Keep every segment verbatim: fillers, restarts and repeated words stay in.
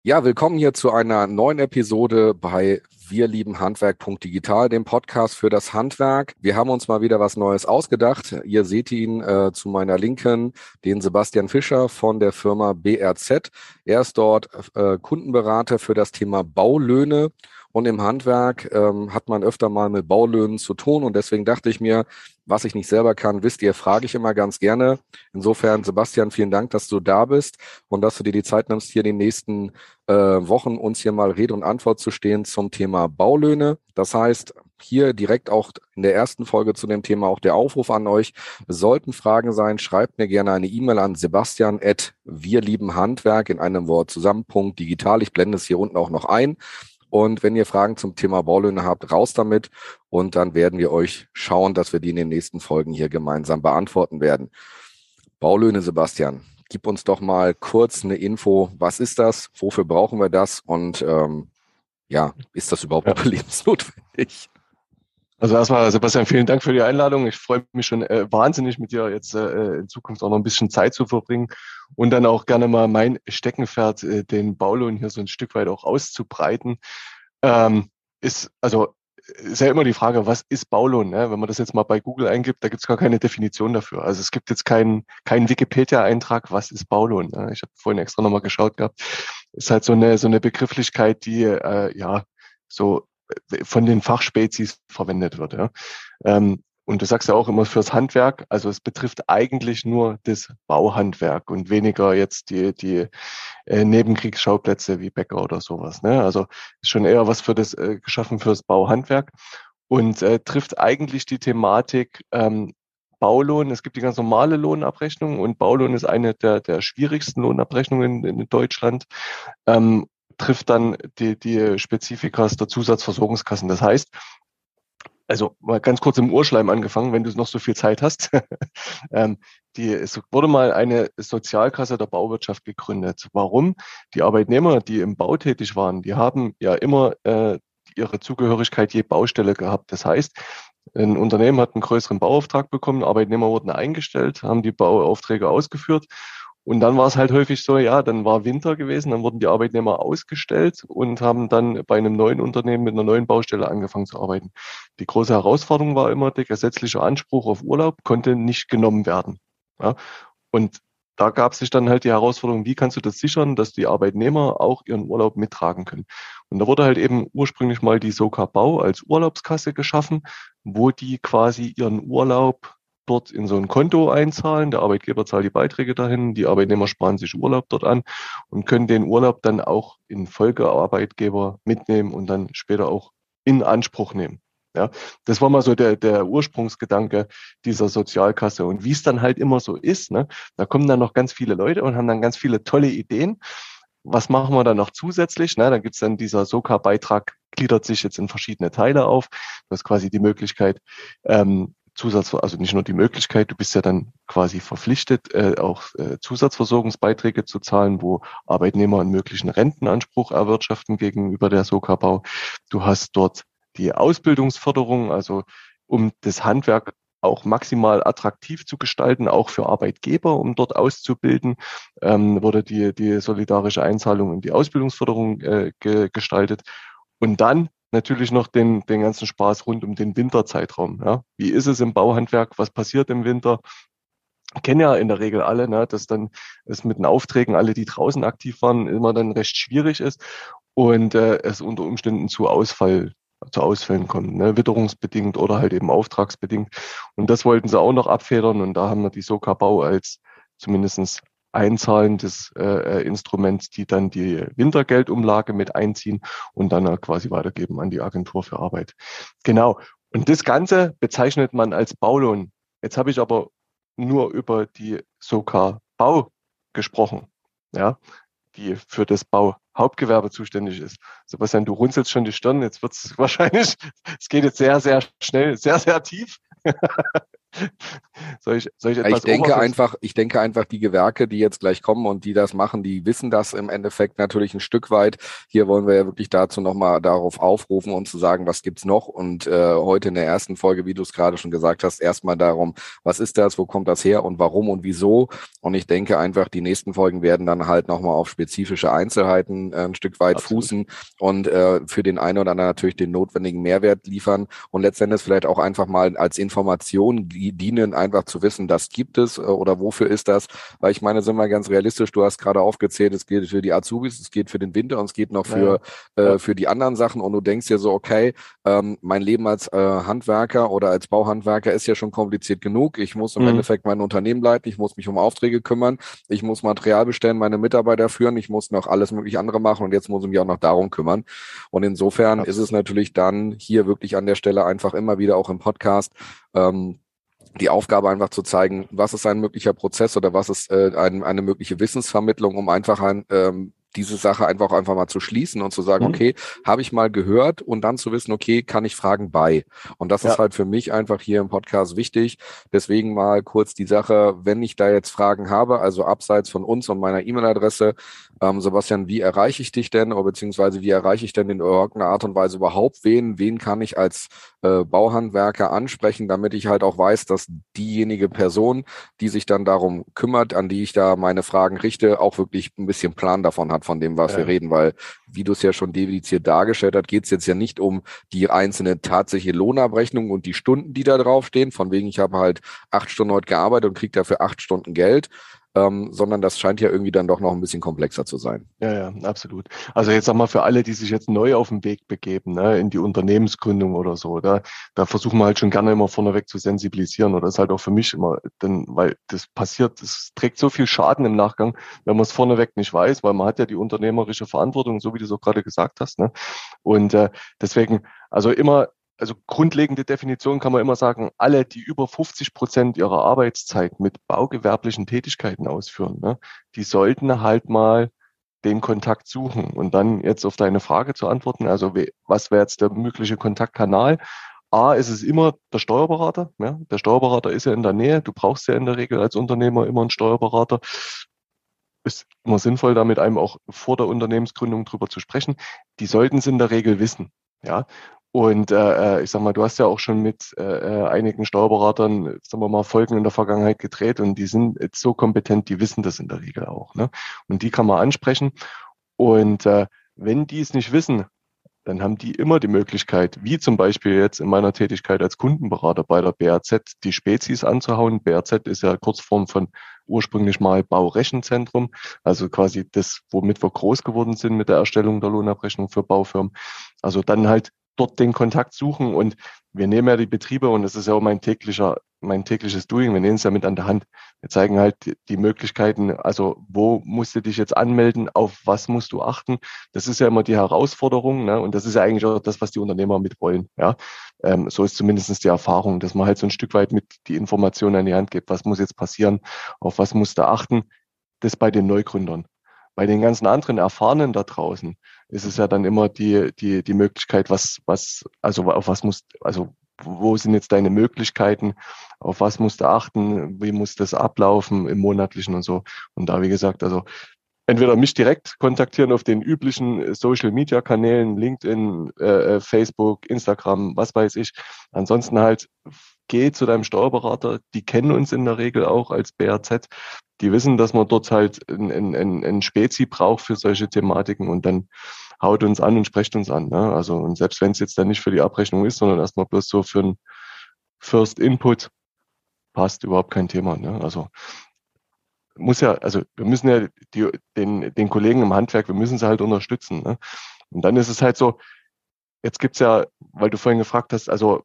Ja, willkommen hier zu einer neuen Episode bei Wir lieben Handwerk Punkt Digital, dem Podcast für das Handwerk. Wir haben uns mal wieder was Neues ausgedacht. Ihr seht ihn äh, zu meiner Linken, den Sebastian Fischer von der Firma B R Z. Er ist dort äh, Kundenberater für das Thema Baulöhne. Und im Handwerk ähm, hat man öfter mal mit Baulöhnen zu tun. Und deswegen dachte ich mir, was ich nicht selber kann, wisst ihr, frage ich immer ganz gerne. Insofern, Sebastian, vielen Dank, dass du da bist und dass du dir die Zeit nimmst, hier die nächsten äh, Wochen uns hier mal Rede und Antwort zu stehen zum Thema Baulöhne. Das heißt, hier direkt auch in der ersten Folge zu dem Thema auch der Aufruf an euch. Es sollten Fragen sein, schreibt mir gerne eine E-Mail an Sebastian at wir lieben Handwerk in einem Wort zusammen, Punkt digital. Ich blende es hier unten auch noch ein. Und wenn ihr Fragen zum Thema Baulöhne habt, raus damit. Und dann werden wir euch schauen, dass wir die in den nächsten Folgen hier gemeinsam beantworten werden. Baulöhne, Sebastian, gib uns doch mal kurz eine Info. Was ist das? Wofür brauchen wir das? Und ähm, ja, ist das überhaupt Ja. überlebensnotwendig? Also erstmal, Sebastian, vielen Dank für die Einladung. Ich freue mich schon äh, wahnsinnig, mit dir jetzt äh, in Zukunft auch noch ein bisschen Zeit zu verbringen und dann auch gerne mal mein Steckenpferd, äh, den Baulohn hier so ein Stück weit auch auszubreiten. Ähm, ist, also, ist ja immer die Frage, was ist Baulohn? Ne? Wenn man das jetzt mal bei Google eingibt, da gibt es gar keine Definition dafür. Also es gibt jetzt keinen keinen Wikipedia-Eintrag, was ist Baulohn? Ne? Ich habe vorhin extra nochmal geschaut gehabt. Ist halt so eine so eine Begrifflichkeit, die äh, ja so von den Fachspezies verwendet wird. Ja. Ähm, und du sagst ja auch immer fürs Handwerk, also es betrifft eigentlich nur das Bauhandwerk und weniger jetzt die, die äh, Nebenkriegsschauplätze wie Bäcker oder sowas. Ne? Also ist schon eher was für das äh, geschaffen fürs Bauhandwerk und äh, trifft eigentlich die Thematik ähm, Baulohn. Es gibt die ganz normale Lohnabrechnung und Baulohn ist eine der, der schwierigsten Lohnabrechnungen in, in Deutschland. Ähm, trifft dann die, die Spezifikas der Zusatzversorgungskassen. Das heißt, also mal ganz kurz im Urschleim angefangen, wenn du noch so viel Zeit hast. ähm, die, es wurde mal eine Sozialkasse der Bauwirtschaft gegründet. Warum? Die Arbeitnehmer, die im Bau tätig waren, die haben ja immer äh, ihre Zugehörigkeit je Baustelle gehabt. Das heißt, ein Unternehmen hat einen größeren Bauauftrag bekommen, Arbeitnehmer wurden eingestellt, haben die Bauaufträge ausgeführt. Und dann war es halt häufig so, ja, dann war Winter gewesen, dann wurden die Arbeitnehmer ausgestellt und haben dann bei einem neuen Unternehmen mit einer neuen Baustelle angefangen zu arbeiten. Die große Herausforderung war immer, der gesetzliche Anspruch auf Urlaub konnte nicht genommen werden. Ja, und da gab sich dann halt die Herausforderung, wie kannst du das sichern, dass die Arbeitnehmer auch ihren Urlaub mittragen können. Und da wurde halt eben ursprünglich mal die Soka Bau als Urlaubskasse geschaffen, wo die quasi ihren Urlaub dort in so ein Konto einzahlen. Der Arbeitgeber zahlt die Beiträge dahin, die Arbeitnehmer sparen sich Urlaub dort an und können den Urlaub dann auch in Folgearbeitgeber mitnehmen und dann später auch in Anspruch nehmen. Ja, das war mal so der, der Ursprungsgedanke dieser Sozialkasse. Und wie es dann halt immer so ist, ne, da kommen dann noch ganz viele Leute und haben dann ganz viele tolle Ideen. Was machen wir dann noch zusätzlich? Ne, dann gibt's dann dieser Soka-Beitrag, gliedert sich jetzt in verschiedene Teile auf. Du hast quasi die Möglichkeit, ähm, Zusatz, also nicht nur die Möglichkeit, du bist ja dann quasi verpflichtet, äh, auch äh, Zusatzversorgungsbeiträge zu zahlen, wo Arbeitnehmer einen möglichen Rentenanspruch erwirtschaften gegenüber der Soka Bau. Du hast dort die Ausbildungsförderung, also um das Handwerk auch maximal attraktiv zu gestalten, auch für Arbeitgeber, um dort auszubilden, ähm, wurde die, die solidarische Einzahlung in die Ausbildungsförderung äh, ge gestaltet. Und dann natürlich noch den, den ganzen Spaß rund um den Winterzeitraum. Ja. Wie ist es im Bauhandwerk? Was passiert im Winter? Kennen ja in der Regel alle, ne, dass dann es mit den Aufträgen, alle, die draußen aktiv waren, immer dann recht schwierig ist und äh, es unter Umständen zu Ausfall zu Ausfällen kommt, ne, witterungsbedingt oder halt eben auftragsbedingt. Und das wollten sie auch noch abfedern und da haben wir die Soka Bau als zumindestens einzahlendes äh, Instrument, die dann die Wintergeldumlage mit einziehen und dann quasi weitergeben an die Agentur für Arbeit. Genau. Und das Ganze bezeichnet man als Baulohn. Jetzt habe ich aber nur über die Soka Bau gesprochen, ja, die für das Bauhauptgewerbe zuständig ist. Sebastian, du runzelst schon die Stirn, jetzt wird es wahrscheinlich, es geht jetzt sehr, sehr schnell, sehr, sehr tief. Soll ich, soll ich Ja, etwas Ich denke oberflächlich? einfach, ich denke einfach, die Gewerke, die jetzt gleich kommen und die das machen, die wissen das im Endeffekt natürlich ein Stück weit. Hier wollen wir ja wirklich dazu nochmal darauf aufrufen und zu sagen, was gibt's noch? Und äh, heute in der ersten Folge, wie du es gerade schon gesagt hast, erstmal darum, was ist das, wo kommt das her und warum und wieso? Und ich denke einfach, die nächsten Folgen werden dann halt nochmal auf spezifische Einzelheiten äh, ein Stück weit Absolut. fußen und äh, für den einen oder anderen natürlich den notwendigen Mehrwert liefern und letztendlich vielleicht auch einfach mal als Information dienen, einfach zu wissen, das gibt es äh, oder wofür ist das? Weil ich meine, sind wir ganz realistisch, du hast gerade aufgezählt, es geht für die Azubis, es geht für den Winter und es geht noch für, Naja, äh, ja, für die anderen Sachen und du denkst dir so, okay, ähm, mein Leben als äh, Handwerker oder als Bauhandwerker ist ja schon kompliziert genug. Ich muss im mhm. Endeffekt mein Unternehmen leiten, ich muss mich um Aufträge kümmern, ich muss Material bestellen, meine Mitarbeiter führen, ich muss noch alles mögliche andere machen und jetzt muss ich mich auch noch darum kümmern. Und insofern ist es Absolut. natürlich dann hier wirklich an der Stelle einfach immer wieder auch im Podcast ähm, die Aufgabe einfach zu zeigen, was ist ein möglicher Prozess oder was ist äh, ein, eine mögliche Wissensvermittlung, um einfach ein, ähm, diese Sache einfach einfach mal zu schließen und zu sagen, Mhm. okay, habe ich mal gehört und dann zu wissen, okay, kann ich Fragen bei? Und das ist Ja, halt für mich einfach hier im Podcast wichtig. Deswegen mal kurz die Sache, wenn ich da jetzt Fragen habe, also abseits von uns und meiner E-Mail-Adresse, ähm, Sebastian, wie erreiche ich dich denn oder beziehungsweise wie erreiche ich denn in irgendeiner Art und Weise überhaupt wen? Wen kann ich als äh, Bauhandwerker ansprechen, damit ich halt auch weiß, dass diejenige Person, die sich dann darum kümmert, an die ich da meine Fragen richte, auch wirklich ein bisschen Plan davon hat, von dem, was wir ja, reden, weil, wie du es ja schon dediziert dargestellt hast, geht es jetzt ja nicht um die einzelne tatsächliche Lohnabrechnung und die Stunden, die da draufstehen, von wegen, ich habe halt acht Stunden heute gearbeitet und kriege dafür acht Stunden Geld, ähm, sondern das scheint ja irgendwie dann doch noch ein bisschen komplexer zu sein. ja, ja, absolut. Also jetzt sag mal, für alle, die sich jetzt neu auf den Weg begeben, ne, in die Unternehmensgründung oder so, da, da versuchen wir halt schon gerne immer vorneweg zu sensibilisieren. Oder das ist halt auch für mich immer, denn, weil das passiert, das trägt so viel Schaden im Nachgang, wenn man es vorneweg nicht weiß, weil man hat ja die unternehmerische Verantwortung, so wie du es auch gerade gesagt hast, ne? Und äh, deswegen, also immer, also grundlegende Definition kann man immer sagen, alle, die über fünfzig Prozent ihrer Arbeitszeit mit baugewerblichen Tätigkeiten ausführen, ne, die sollten halt mal den Kontakt suchen. Und dann jetzt auf deine Frage zu antworten, also was wäre jetzt der mögliche Kontaktkanal? A, ist es immer der Steuerberater. Ja? Der Steuerberater ist ja in der Nähe. Du brauchst ja in der Regel als Unternehmer immer einen Steuerberater. Ist immer sinnvoll, da mit einem auch vor der Unternehmensgründung drüber zu sprechen. Die sollten es in der Regel wissen. Ja. Und äh, äh, ich sag mal, du hast ja auch schon mit äh, äh, einigen Steuerberatern, sagen wir mal, Folgen in der Vergangenheit gedreht und die sind jetzt so kompetent, die wissen das in der Regel auch. Ne? Und die kann man ansprechen. Und äh, wenn die es nicht wissen, dann haben die immer die Möglichkeit, wie zum Beispiel jetzt in meiner Tätigkeit als Kundenberater bei der B R Z, die Spezies anzuhauen. B R Z ist ja Kurzform von ursprünglich mal Baurechenzentrum, also quasi das, womit wir groß geworden sind mit der Erstellung der Lohnabrechnung für Baufirmen. Also dann halt dort den Kontakt suchen und wir nehmen ja die Betriebe und das ist ja auch mein täglicher, mein tägliches Doing. Wir nehmen es ja mit an der Hand. Wir zeigen halt die, die Möglichkeiten, also wo musst du dich jetzt anmelden, auf was musst du achten. Das ist ja immer die Herausforderung, ne? Und das ist ja eigentlich auch das, was die Unternehmer mit wollen. Ja? Ähm, so ist zumindest die Erfahrung, dass man halt so ein Stück weit mit die Informationen an die Hand gibt. Was muss jetzt passieren? Auf was musst du achten? Das bei den Neugründern. Bei den ganzen anderen Erfahrenen da draußen ist es ja dann immer die, die, die Möglichkeit, was, was, also auf was muss, also wo sind jetzt deine Möglichkeiten, auf was musst du achten, wie muss das ablaufen im Monatlichen und so. Und da, wie gesagt, also entweder mich direkt kontaktieren auf den üblichen Social-Media-Kanälen, LinkedIn, äh, Facebook, Instagram, was weiß ich. Ansonsten halt geh zu deinem Steuerberater. Die kennen uns in der Regel auch als B R Z. Die wissen, dass man dort halt ein, ein, ein Spezi braucht für solche Thematiken und dann haut uns an und sprecht uns an. Ne? Also und selbst wenn es jetzt dann nicht für die Abrechnung ist, sondern erstmal bloß so für ein First Input, passt überhaupt kein Thema. Ne? Also muss ja, also wir müssen ja die, den, den Kollegen im Handwerk, wir müssen sie halt unterstützen. Ne? Und dann ist es halt so, jetzt gibt's ja, weil du vorhin gefragt hast, also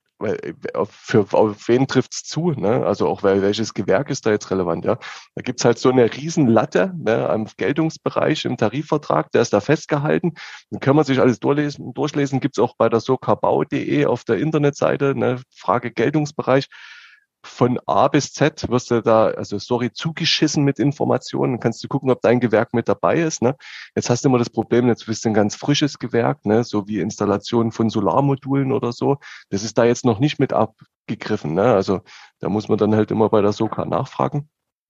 für auf wen trifft's zu, ne? Also auch welches Gewerk ist da jetzt relevant, ja? Da gibt's halt so eine Riesenlatte, ne, am Geltungsbereich im Tarifvertrag, der ist da festgehalten. Dann kann man sich alles durchlesen. Durchlesen gibt's auch bei der sokabau punkt de auf der Internetseite, ne, Frage Geltungsbereich. von A bis Z wirst du da, also sorry, zugeschissen mit Informationen. Kannst du gucken, ob dein Gewerk mit dabei ist. Ne? Jetzt hast du immer das Problem, jetzt bist du ein ganz frisches Gewerk, ne? So wie Installation von Solarmodulen oder so. Das ist da jetzt noch nicht mit abgegriffen. Ne? Also da muss man dann halt immer bei der SOKA nachfragen.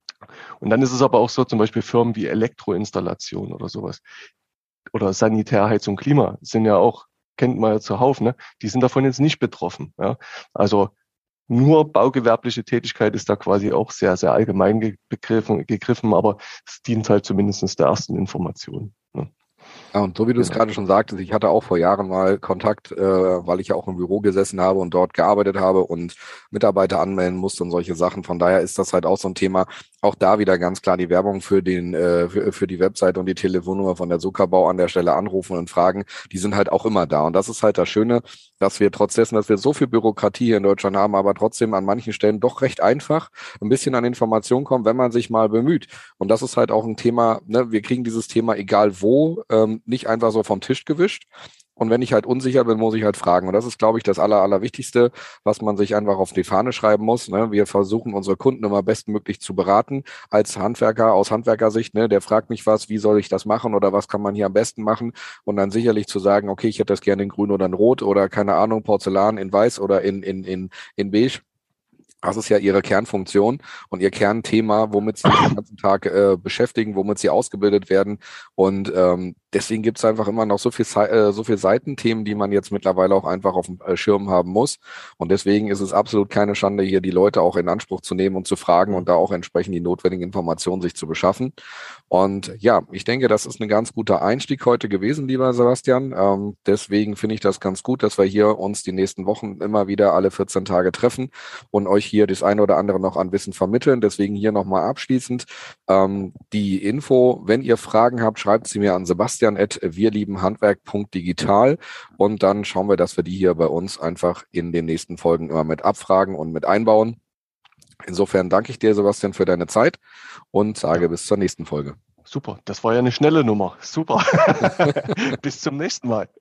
Und dann ist es aber auch so, zum Beispiel Firmen wie Elektroinstallation oder sowas oder Sanitärheizung, Klima sind ja auch, kennt man ja zuhauf, ne? Die sind davon jetzt nicht betroffen. Ja? Also nur baugewerbliche Tätigkeit ist da quasi auch sehr, sehr allgemein begriffen, gegriffen, aber es dient halt zumindest der ersten Information. Ne? Ja, und so wie du es Genau. gerade schon sagtest, ich hatte auch vor Jahren mal Kontakt, äh, weil ich ja auch im Büro gesessen habe und dort gearbeitet habe und Mitarbeiter anmelden musste und solche Sachen. Von daher ist das halt auch so ein Thema. Auch da wieder ganz klar die Werbung für den äh, für, für die Website und die Telefonnummer von der SOKA-Bau an der Stelle anrufen und fragen. Die sind halt auch immer da. Und das ist halt das Schöne, dass wir trotz dessen, dass wir so viel Bürokratie hier in Deutschland haben, aber trotzdem an manchen Stellen doch recht einfach ein bisschen an Informationen kommen, wenn man sich mal bemüht. Und das ist halt auch ein Thema, ne, wir kriegen dieses Thema egal wo, ähm, nicht einfach so vom Tisch gewischt. Und wenn ich halt unsicher bin, muss ich halt fragen. Und das ist, glaube ich, das Aller, Allerwichtigste, was man sich einfach auf die Fahne schreiben muss. Ne? Wir versuchen, unsere Kunden immer bestmöglich zu beraten. Als Handwerker, aus Handwerkersicht, ne, der fragt mich was, wie soll ich das machen oder was kann man hier am besten machen? Und dann sicherlich zu sagen, okay, ich hätte das gerne in grün oder in rot oder keine Ahnung, Porzellan in weiß oder in, in, in, in beige. Das ist ja ihre Kernfunktion und ihr Kernthema, womit sie sich den ganzen Tag äh, beschäftigen, womit sie ausgebildet werden. Und ähm, deswegen gibt es einfach immer noch so viel, äh, so viel Seitenthemen, die man jetzt mittlerweile auch einfach auf dem äh, Schirm haben muss. Und deswegen ist es absolut keine Schande, hier die Leute auch in Anspruch zu nehmen und zu fragen und da auch entsprechend die notwendigen Informationen sich zu beschaffen. Und ja, ich denke, das ist ein ganz guter Einstieg heute gewesen, lieber Sebastian. Ähm, deswegen finde ich das ganz gut, dass wir hier uns die nächsten Wochen immer wieder alle vierzehn Tage treffen und euch hier das eine oder andere noch an Wissen vermitteln. Deswegen hier nochmal abschließend ähm, die Info. Wenn ihr Fragen habt, schreibt sie mir an sebastian at wirliebenhandwerk punkt digital und dann schauen wir, dass wir die hier bei uns einfach in den nächsten Folgen immer mit abfragen und mit einbauen. Insofern danke ich dir, Sebastian, für deine Zeit und sage ja. bis zur nächsten Folge. Super, das war ja eine schnelle Nummer. Super. Bis zum nächsten Mal.